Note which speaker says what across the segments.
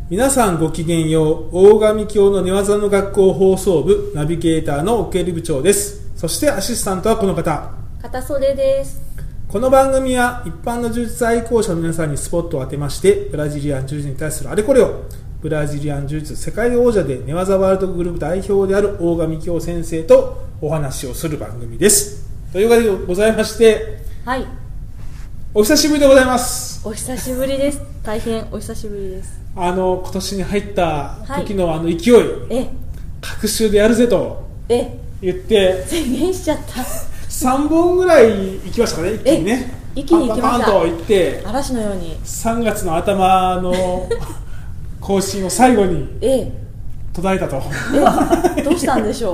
Speaker 1: 皆さんごきげんよう。大神教の寝技の学校放送部ナビゲーターの奥襟部長です。そしてアシスタントはこの方、
Speaker 2: 片袖です。
Speaker 1: この番組は一般の柔術愛好者の皆さんにスポットを当てまして、ブラジリアン柔術に対するあれこれを、ブラジリアン柔術世界王者で寝技ワールドグループ代表である大神教先生とお話をする番組です。というわけでございまして、
Speaker 2: はい、
Speaker 1: お久しぶりでございます。
Speaker 2: お久しぶりです。大変お久しぶりです。
Speaker 1: 今年に入った時の勢い、隔週でやるぜと言って
Speaker 2: 宣言しちゃった。
Speaker 1: 3本ぐらい行きましたかね、一気にね。
Speaker 2: 一気に行きました。
Speaker 1: パンパンと行って
Speaker 2: 嵐のように
Speaker 1: 3月の頭の更新を最後に途絶えたと。
Speaker 2: どうしたんでしょう。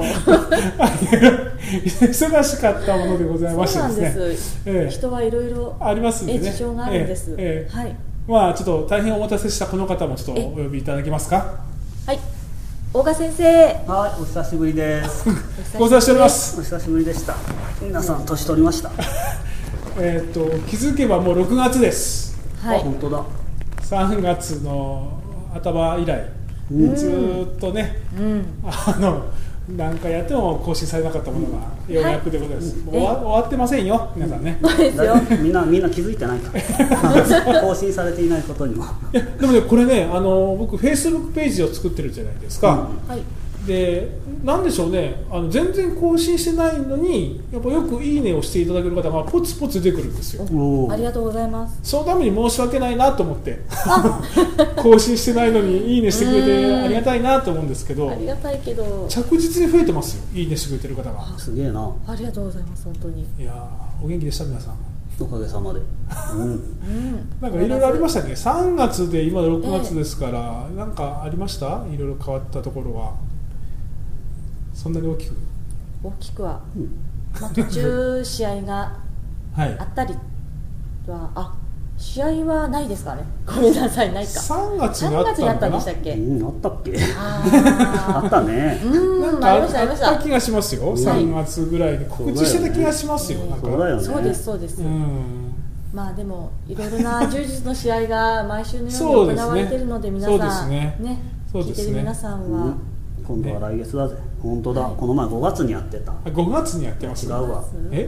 Speaker 1: 忙しかったものでございましてですね。
Speaker 2: そうなんです、人はいろいろ
Speaker 1: ありますんでね、
Speaker 2: 事情があるんです、はい。
Speaker 1: まあちょっと大変お待たせしたこの方もちょっとお呼びいただけますか。
Speaker 2: はい、大賀先生。
Speaker 3: はい、お久しぶりです。
Speaker 1: ご無沙汰しております。
Speaker 3: お久しぶりでした。皆さん年取りました。
Speaker 1: 気づけばもう6月です。
Speaker 2: はい、
Speaker 3: 本当だ。
Speaker 1: 3月の頭以来、ずっとね、なんかやっても更新されなかったものがようやくでございます。終わってませんよ、皆さんね。
Speaker 2: そうですよ。
Speaker 3: みんな気づいてないから更新されていないことにも。
Speaker 1: いやでもね、これね、僕フェイスブックページを作ってるじゃないですか、
Speaker 2: はい。
Speaker 1: で、なんでしょうね、全然更新してないのにやっぱよくいいねをしていただける方がポツポツ出てくるんですよ。
Speaker 2: ありがとうございます。
Speaker 1: そのために申し訳ないなと思って更新してないのにいいねしてくれてありがたいなと思うんですけど、
Speaker 2: ありがたいけど
Speaker 1: 着実に増えてますよ、いいねしてくれてる方が。
Speaker 3: すげえな。
Speaker 2: ありがとうございます、本当に。
Speaker 1: いやお元気でした皆さん。
Speaker 3: おかげさまで。
Speaker 1: なんかいろいろありましたね。3月で今6月ですから、なんかありました？いろいろ変わったところは。そんなに大きく
Speaker 2: は、途中試合があったりは、試合はないですかね。ごめんなさい、ないか。
Speaker 1: 3月にあったのかな。
Speaker 2: 3月にあったんでしたっけ。
Speaker 3: あったっけ。あったね。
Speaker 1: なんかあった気がしますよ。3月ぐらいに告知してた気がしますよ。
Speaker 2: そうですそうです。まあでもいろいろな柔術の試合が毎週のように行われているので、皆さんね、聞いてる皆さんは
Speaker 3: 今度は来月だぜ。本当だ、この前5月にやってた。
Speaker 1: 5月にやってます。
Speaker 3: 違うわ。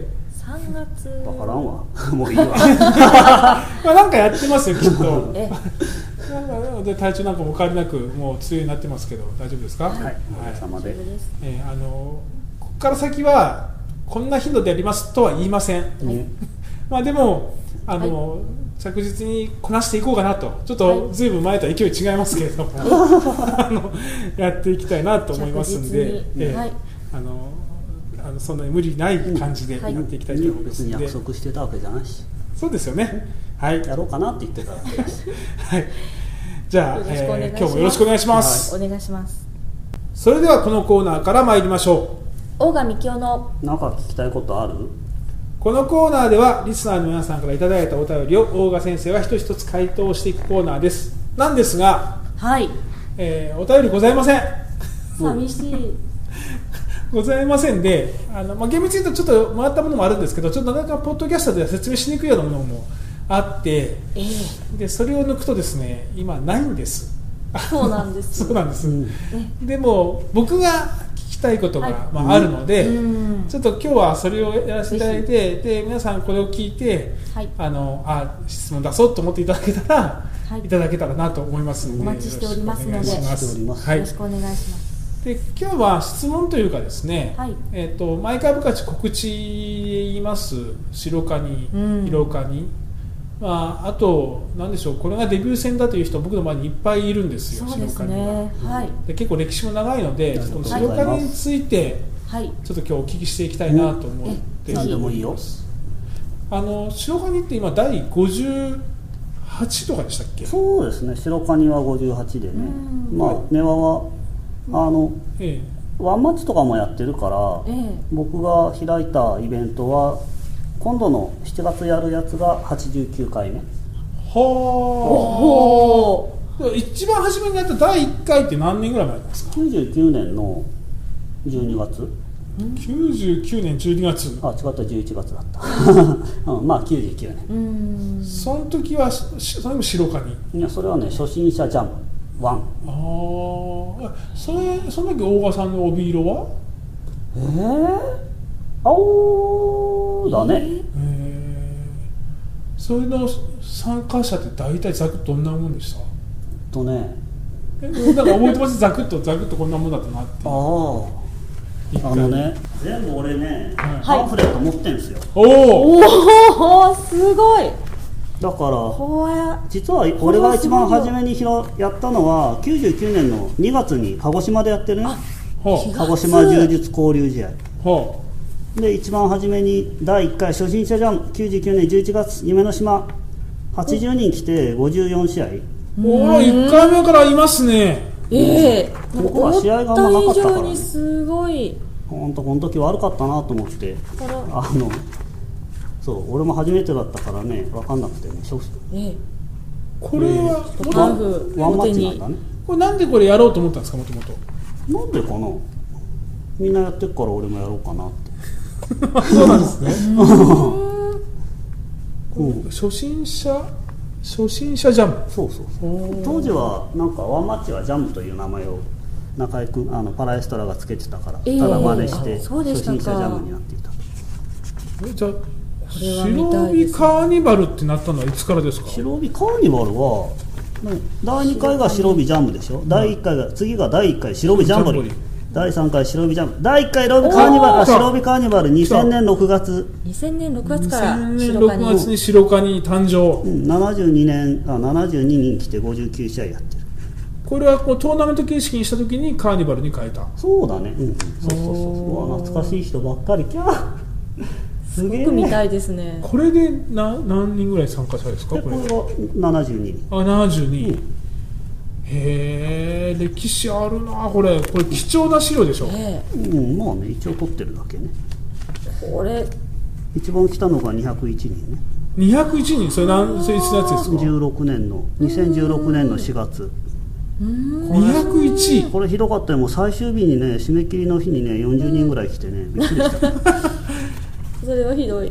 Speaker 2: 3月
Speaker 3: わからんわ。もういいわ。
Speaker 1: なんかやってますよきっと。で体調なんかも変わりなくもう梅雨になってますけど大丈夫ですか。はい、
Speaker 3: おかげさまで。
Speaker 1: ここから先はこんな頻度でやりますとは言いません。まあでも着実にこなしていこうかなと、ちょっとずいぶん前とは勢い違いますけれども、やっていきたいなと思いますんで、そんなに無理ない感じでやっていきたいと思いますので。
Speaker 3: 別に約束してたわけじゃないし。
Speaker 1: そうですよね。はい。
Speaker 3: やろうかなって言ってたわけだし。
Speaker 1: はい。じゃあ、今日もよろしくお願いします。
Speaker 2: お願いします。
Speaker 1: それではこのコーナーから参りましょ
Speaker 2: う。大神教の
Speaker 3: なんか聞きたいことある？
Speaker 1: このコーナーではリスナーの皆さんからいただいたお便りを大賀先生は一つ一つ回答していくコーナーです。なんですが、
Speaker 2: はい、
Speaker 1: お便りございません。
Speaker 2: 寂しい。
Speaker 1: ございませんで、厳密に言うとちょっともらったものもあるんですけど、ちょっとなかなかポッドキャストでは説明しにくいようなものもあって、でそれを抜くとですね、今ないんです。
Speaker 2: そうなんです。
Speaker 1: そうなんです。でも僕が聞きたいことが、あるので、ちょっと今日はそれをやらせていただいて、で皆さんこれを聞いて、質問出そうと思っていただけたら、いただけたらなと思いますので、
Speaker 2: お待ちしておりますのでよろしくお願いします。
Speaker 1: で今日は質問というかですね、毎回僕たち告知言います。白カニ、色カニ、あと何でしょう、これがデビュー戦だという人僕の前にいっぱいいるんですよ。
Speaker 2: そうですね。
Speaker 1: で結構歴史も長いので、その白カニについてちょっと今日お聞きしていきたいなと思っております。白カニって今第58とかでしたっけ？
Speaker 3: そうですね。白カニは58でね。根輪はワンマッチとかもやってるから、僕が開いたイベントは今度の7月やるやつが89回目。
Speaker 1: はあ。一番初めにやった第1回って何年ぐらい前なんですか
Speaker 3: ？99年の12月。
Speaker 1: 99年12月。
Speaker 3: 違った11月だった。まあ99年。
Speaker 1: その時はそれも白カニ。
Speaker 3: いやそれはね初心者ジャム。 ワン。
Speaker 1: その時大賀さんの帯色は
Speaker 3: 青だね。
Speaker 1: それの参加者って大体ざくっとどんなもんでした？
Speaker 3: なん
Speaker 1: か覚えてます？ざくっとこんなもんだったなっていう。
Speaker 3: 全部俺ね、パンフレット持ってんですよ。
Speaker 2: おお、すごい。
Speaker 3: だから実は俺が一番初めにやったのは99年の2月に鹿児島でやってるね。鹿児島柔術交流試合で、一番初めに第1回初心者ジャム99年11月夢の島80人来て54試合。
Speaker 1: 1回目からいますね。
Speaker 3: 僕は試合があんまなかったからね。
Speaker 2: すごい。
Speaker 3: 本当この時悪かったなと思って、そう俺も初めてだったからね、分かんなくてね。
Speaker 1: これは
Speaker 3: ワンマッチなんだね。
Speaker 1: これなんでこれやろうと思ったんですか？もともと
Speaker 3: なんでかな、みんなやってるから俺もやろうかなって
Speaker 1: そうなんですね初心者ジャム。
Speaker 3: そう当時はなんかワンマッチはジャムという名前を中井君パラエストラがつけてたから、ただ真似して初心者ジャムになっていた。
Speaker 1: じゃあ白帯カーニバルってなったのはいつからですか？
Speaker 3: 白帯カーニバルは第2回が白帯ジャムでしょ。第1回が次が第1回白帯ジャンボリー、第3回白帯ジャム、第1回白帯カーニバル、白帯カーニバル2000年6月
Speaker 2: から
Speaker 1: 2000年6月に白カニ誕生。
Speaker 3: 72人来て59試合やってる。
Speaker 1: これはトーナメント形式にした時にカーニバルに変えた。
Speaker 3: そうだね。そう懐かしい人ばっかり。
Speaker 2: すごく見たいですね。
Speaker 1: これで何人ぐらい参加者ですか？これは
Speaker 3: 72人。
Speaker 1: 72。へえ、歴史あるな。これ貴重な資料でしょ。
Speaker 3: まあね、一応取ってるだけね。
Speaker 2: これ
Speaker 3: 一番来たのが201人ね。
Speaker 1: 201人。それいつのやつですか
Speaker 3: ？2016年の4月。
Speaker 1: 201。
Speaker 3: これひどかったよ。もう最終日にね、締め切りの日にね40人ぐらい来てね、びっくりした
Speaker 2: それはひどい。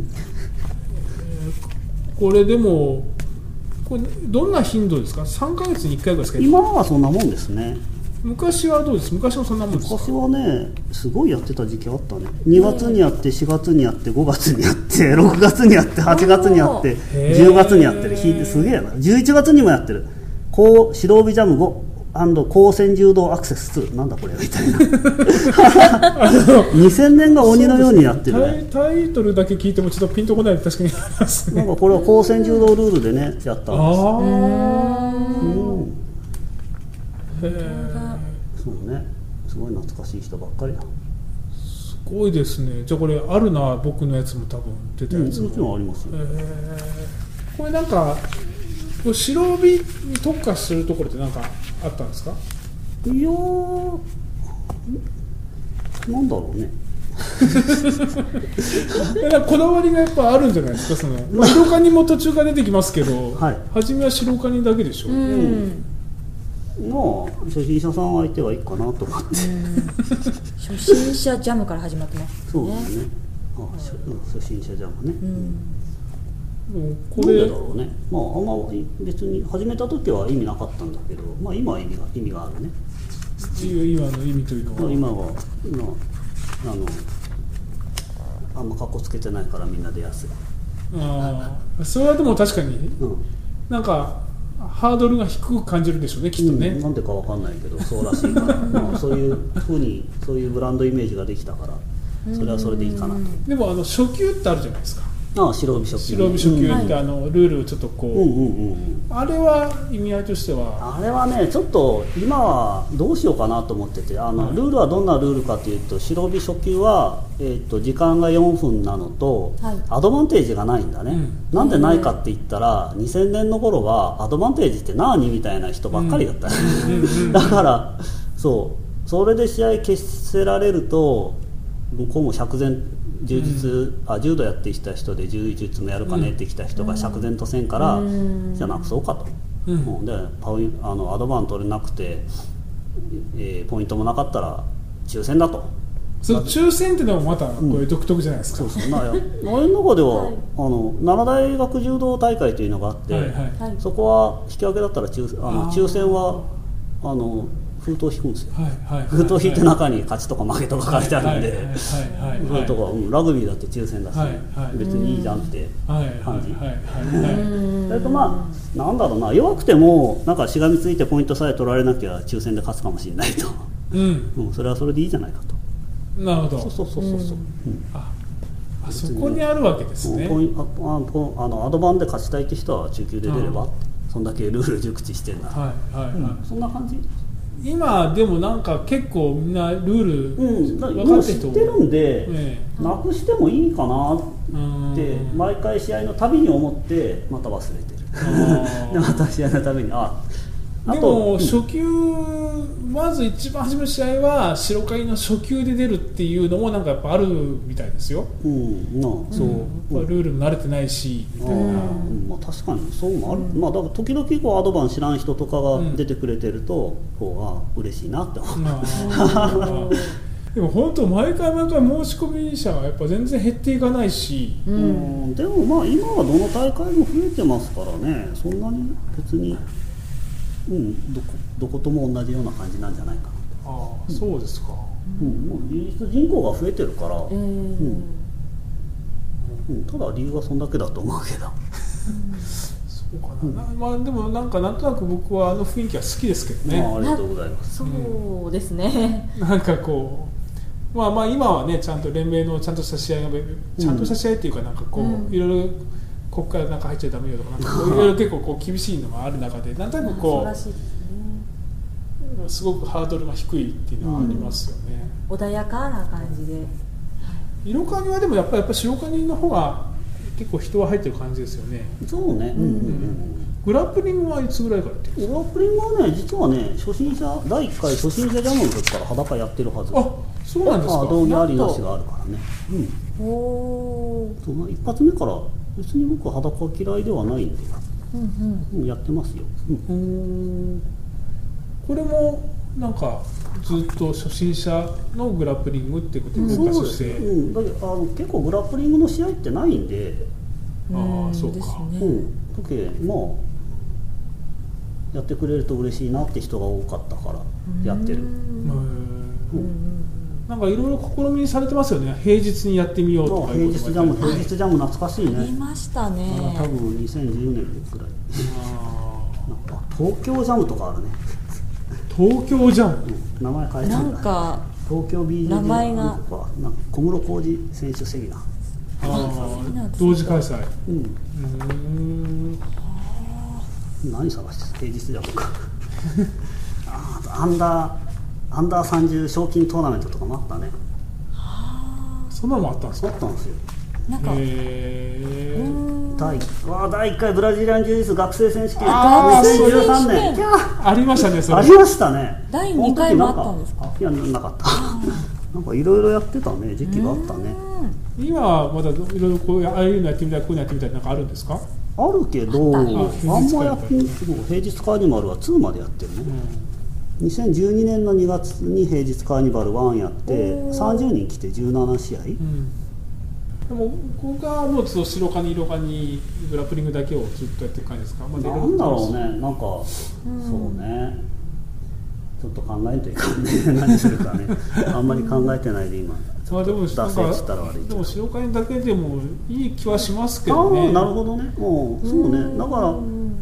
Speaker 1: これでもどんな頻度ですか？3ヶ月に1回ぐらいですか？
Speaker 3: 今はそんなもんですね。
Speaker 1: 昔はどうです？昔もそんなもんですか？
Speaker 3: 昔はね、すごいやってた時期あったね。2月にやって4月にやって5月にやって6月にやって8月にやって10月にやってる。すげえな。11月にもやってる。白帯ジャム5光線柔道アクセス2、なんだこれみたいな2000年が鬼のようにやってるね。
Speaker 1: タイトルだけ聞いてもちょっとピンとこないで確かにありますね。
Speaker 3: なんかこれは光線柔道ルールでねやったんです。そうね、すごい懐かしい人ばっかりだ。
Speaker 1: すごいですね。じゃあこれあるな、僕のやつも多分出たやつも。
Speaker 3: もちろんありますよ。
Speaker 1: これなんか白帯に特化するところって何かあったんですか？
Speaker 3: いやー、なんだろうね
Speaker 1: こだわりがやっぱあるんじゃないですか？白カニも途中から出てきますけど、初めは白カニだけでしょ。
Speaker 3: 初心者さん相手はいいかなと思って
Speaker 2: 初心者ジャムから始まってますね。
Speaker 3: そうですね。初心者ジャムね。
Speaker 1: これ
Speaker 3: なんでだろうね。あんま別に始めた時は意味なかったんだけど、今は意味があるね。
Speaker 1: 今の意味というのは
Speaker 3: 今あんまカッコつけてないからみんな出やすい。
Speaker 1: それはでも確かに、なんかハードルが低く感じるでしょうね、きっとね。
Speaker 3: なんでかわかんないけどそうらしいからそういう風にそういうブランドイメージができたから、それはそれでいいかなと。
Speaker 1: でも初級ってあるじゃないですか。
Speaker 3: 白帯初級
Speaker 1: ってルールをちょっとあれは意味合いとしては
Speaker 3: あれはね、ちょっと今はどうしようかなと思ってて、ルールはどんなルールかというと、白帯初級は、時間が4分なのと、アドバンテージがないんだね。なんでないかって言ったら、2000年の頃はアドバンテージって何みたいな人ばっかりだった、だからそれで試合決せられると向こうも釈然柔道やってきた人で柔術もやるかねってきた人が釈然とせんから、じゃあなくそうかと、でアドバン取れなくて、ポイントもなかったら抽選だと、
Speaker 1: その抽選っていうのもまたこれ独特じゃないですか。
Speaker 3: そうそう、俺の中では、奈良大学柔道大会というのがあって、そこは引き分けだったら抽選は封筒引くんですよ。封筒引いて中に勝ちとか負けとか書いてあるんで、それとかラグビーだって抽選だし、別にいいじゃんって感じ。それとなんだろうな、弱くてもなんかしがみついてポイントさえ取られなきゃ抽選で勝つかもしれないと、それはそれでいいじゃないかと。
Speaker 1: なるほど。
Speaker 3: そう。
Speaker 1: そこにあるわけですね。
Speaker 3: アドバンで勝ちたいって人は中級で出ればって、そんだけルール熟知してるなら、そんな感じ。
Speaker 1: 今でもなんか結構みんなルール
Speaker 3: 分かってる人知ってるんで、なくしてもいいかなって毎回試合のたびに思ってまた忘れてる。でまた試合のたびに
Speaker 1: でも初級、まず一番初めの試合は白鍵の初級で出るっていうのもなんかやっぱあるみたいですよ。そうルールも慣れてないしみたいな。
Speaker 3: 確かにそうもある。だから時々アドバン知らん人とかが出てくれてると嬉しいなって思う。
Speaker 1: でも本当毎回申し込み者がやっぱ全然減っていかないし、
Speaker 3: でも今はどの大会も増えてますからね、そんなに別に。どことも同じような感じなんじゃないかなと。
Speaker 1: そうですか。も
Speaker 3: うイギリス人口が増えてるから、ただ理由はそんだけだと思うけど。
Speaker 1: そうかな。でもなんとなく僕は雰囲気は好きですけどね。
Speaker 3: ありがとうございます。
Speaker 2: そうですね。
Speaker 1: なんかこう今はねちゃんと連盟のちゃんとした試合がちゃんとした試合っていうかなんかこういろいろここからなんか入っちゃダメよとかいろいろ結構厳しいのがある中でなんとなくすごくハードルが低いっていうのはありますよね。
Speaker 2: 穏やかな感じで。
Speaker 1: 色カニはでもやっぱ白カニの方が結構人は入ってる感じですよね。
Speaker 3: そうね。
Speaker 1: グラップリングはいつぐらいからやってるんですか？
Speaker 3: グラップリングはね実はね第1回初心者ジャムの時から裸やってるはず。
Speaker 1: そうなんですか。
Speaker 3: 道着ありなしがあるからね。一発目から別に僕は裸嫌いではないんで、やってますよ。
Speaker 1: これもなんかずっと初心者のグラップリングってことでフォーカスして、
Speaker 3: だけど結構グラップリングの試合ってないんで、
Speaker 1: そうか。
Speaker 3: だけやってくれると嬉しいなって人が多かったからやってる。
Speaker 1: なんかいろいろ試みされてますよね。平日にやってみようとか。
Speaker 3: 平日ジャム懐かしいね。
Speaker 2: ありましたね。
Speaker 3: 多分2010年くらい。東京ジャムとかあるね。
Speaker 1: 東京ジャム。
Speaker 3: 名前変えたんだ。
Speaker 2: なんか
Speaker 3: 東京 BJ
Speaker 2: 名前が
Speaker 3: 小室浩二選手セミナ
Speaker 1: ー。同時開催。
Speaker 3: 何探して平日ジャムか。アンダー30賞金トーナメントとかもあったね。
Speaker 1: そんなのもあったんですか？
Speaker 3: あったんですよ。
Speaker 2: なんか
Speaker 3: 第1回ブラジリアン柔術学生選手権2013年
Speaker 1: ありましたね。それ
Speaker 3: ありましたね。
Speaker 2: 第2回もあったんですか？
Speaker 3: いやなかった。なんかいろいろやってたね時期があったね。
Speaker 1: 今はまだいろいろこうああいうのやってみたいこういうのやってみたいなんかあるんですか？
Speaker 3: あるけどあんまやって平日カーニバルは2までやってるね。2012年の2月に平日カーニバル1やって30人来て17試合。
Speaker 1: でもここがもう白カニ色カニグラップリングだけをずっとやってる感じですか？
Speaker 3: なんだろうね。なんかそうね。ちょっと考えんといかんね。何するかね。あんまり考えてないで今。
Speaker 1: でも白カニだけでもいい気はしますけどね。
Speaker 3: なるほどね。そうね。だから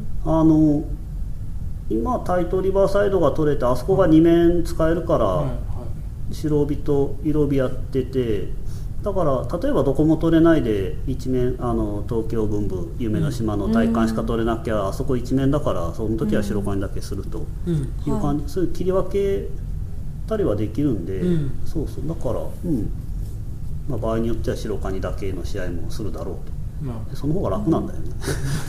Speaker 3: 今タイトリバーサイドが取れてあそこが2面使えるから、白帯と色帯やってて、だから例えばどこも取れないで一面東京軍部夢の島の体感しか取れなきゃ、あそこ一面だからその時は白カニだけするという感じ、そういう切り分けたりはできるんで、そうだから、場合によっては白カニだけの試合もするだろうと、その方が楽なんだよね。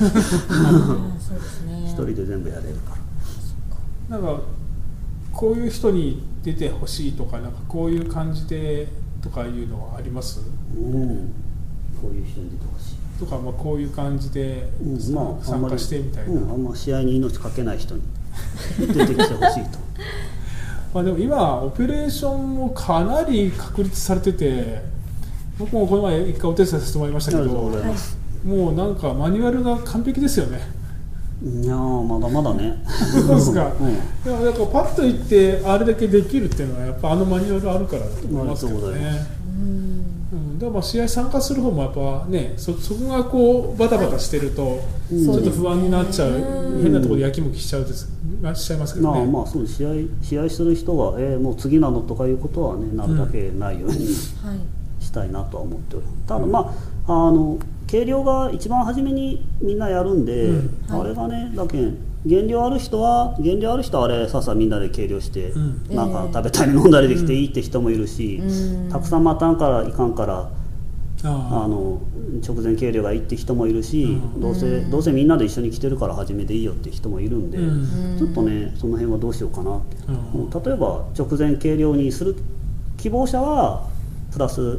Speaker 3: 一人で全部やれるから。
Speaker 1: なんかこういう人に出てほしいとか、なんかこういう感じでとかいうのはあります？
Speaker 3: こういう人に出てほしい
Speaker 1: とか、こういう感じで参加してみたいな。
Speaker 3: あんま試合に命かけない人に出てきてほしいと。
Speaker 1: まあ、でも今オペレーションもかなり確立されてて、僕もこの前一回お手伝いさせてもらいましたけど、もうなんかマニュアルが完璧ですよね。
Speaker 3: いやまだまだね。
Speaker 1: そうですか。でもなんかパッといってあれだけできるっていうのはやっぱマニュアルあるからだと思いますけどね。だから試合参加する方もやっぱね、そこがこうバタバタしてるとちょっと不安になっちゃう、変なところでやきもきしちゃいますけどね。
Speaker 3: まあそう試合する人がもう次なのとかいうことはね、なるだけないようにしたいなとは思っております。ただまあ計量が一番初めにみんなやるんで、あれがねだけん減量ある人はあれさっさみんなで計量して、なんか食べたり飲んだりできていいって人もいるし、たくさん待たんからいかんから直前計量がいいって人もいるし、どうせみんなで一緒に来てるから初めでいいよって人もいるんで、ちょっとねその辺はどうしようかなって、例えば直前計量にする希望者はプラス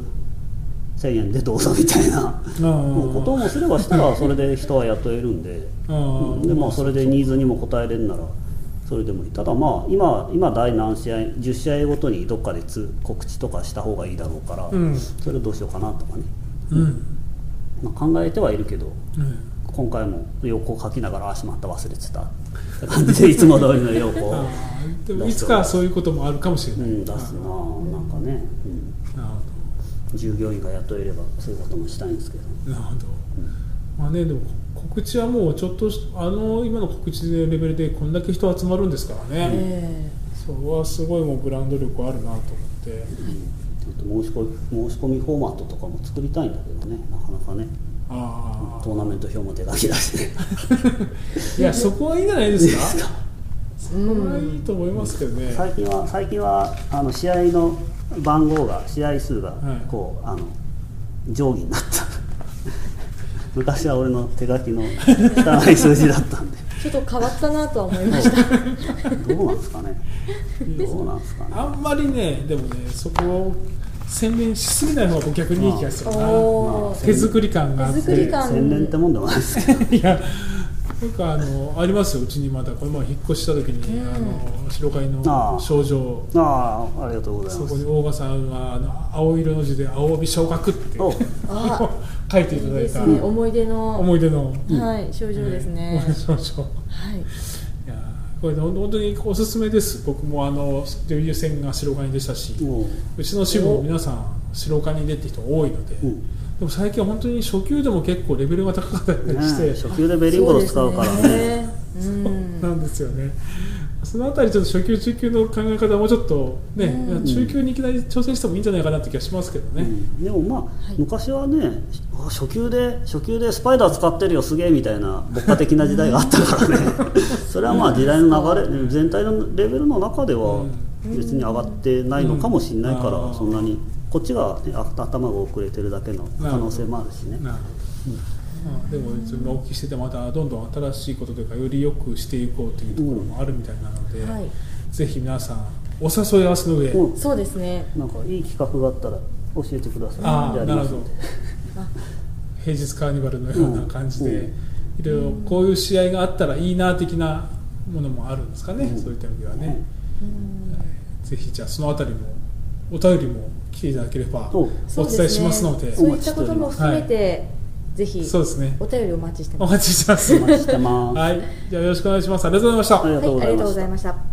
Speaker 3: 1000円でどうぞみたいなこともすればしたらそれで人は雇えるんで、でまあそれでニーズにも応えれるならそれでもいい。ただまあ今第何試合10試合ごとにどっかで告知とかした方がいいだろうから、それをどうしようかなとかね、まあ、考えてはいるけど、今回も要項書きながらしまった忘れてたって感じでいつも通りの要項を
Speaker 1: でもいつかそういうこともあるかもしれない、
Speaker 3: 出すななんかね、従業員が雇えればそういうこともしたいんですけど。
Speaker 1: なるほど、まあね、でも告知はもうちょっと今の告知のレベルでこんだけ人集まるんですからね、それはすごいもうブランド力あるなと思って、
Speaker 3: 申し込みフォーマットとかも作りたいんだけどね、なかなかね。トーナメント表も手書きだしね
Speaker 1: いやそこはいいんじゃないですかそこはいいと思いますけどね。
Speaker 3: 最近は試合の番号が試合数がこう、定規になった昔は俺の手書きの汚い数字だったんで
Speaker 2: ちょっと変わったなとは思いました
Speaker 3: どうなんですかね
Speaker 1: あんまりね、でもねそこを洗練しすぎない方が逆にいい気がするな、手作り感があって。
Speaker 3: 洗練ってもんでもないですけど
Speaker 1: いやなんかありますよ、うちにまだこれ引っ越した時に白貝の賞状、
Speaker 3: ありがとうございます。
Speaker 1: そこに大賀さんは青色の字で青帯昇格って書いていただいた、
Speaker 2: 思い出の賞状ですね。
Speaker 1: 賞状、これ本当におすすめです。僕もデビュー戦が白カニでしたし、うちの支部も皆さん白カニでって人多いので、でも最近は本当に初級でも結構レベルが高かったりして、
Speaker 3: 初級でベリンゴロ使うからね。
Speaker 1: そうなんですよね。そのあたりちょっと初級中級の考え方もちょっとね、中級にいきなり挑戦してもいいんじゃないかなって気がしますけどね。
Speaker 3: でもまあ、昔はね初級でスパイダー使ってるよすげえみたいな牧歌的な時代があったからねそれはまあ時代の流れ全体のレベルの中では別に上がってないのかもしれないから、そんなにこっちが、ね、頭が遅れてるだけの可能性もあるしね。
Speaker 1: でもお聞きしててまたどんどん新しいことというかより良くしていこうというところもあるみたいなので、ぜひ皆さんお誘い合わせの上、
Speaker 2: そうですね、
Speaker 3: なんかいい企画があったら教えてください。
Speaker 1: なるほど平日カーニバルのような感じで、いろいろこういう試合があったらいいな的なものもあるんですかね、そういった意味ではね、ぜひじゃあそのあたりもお便りも来ていただければお伝えしますので、
Speaker 2: そういったことも含めて、ぜひお便りお待ちしてます。
Speaker 1: お待ちしてます。はい、じゃあよろしくお願いします。ありがとうございました。
Speaker 3: ありがとうございました。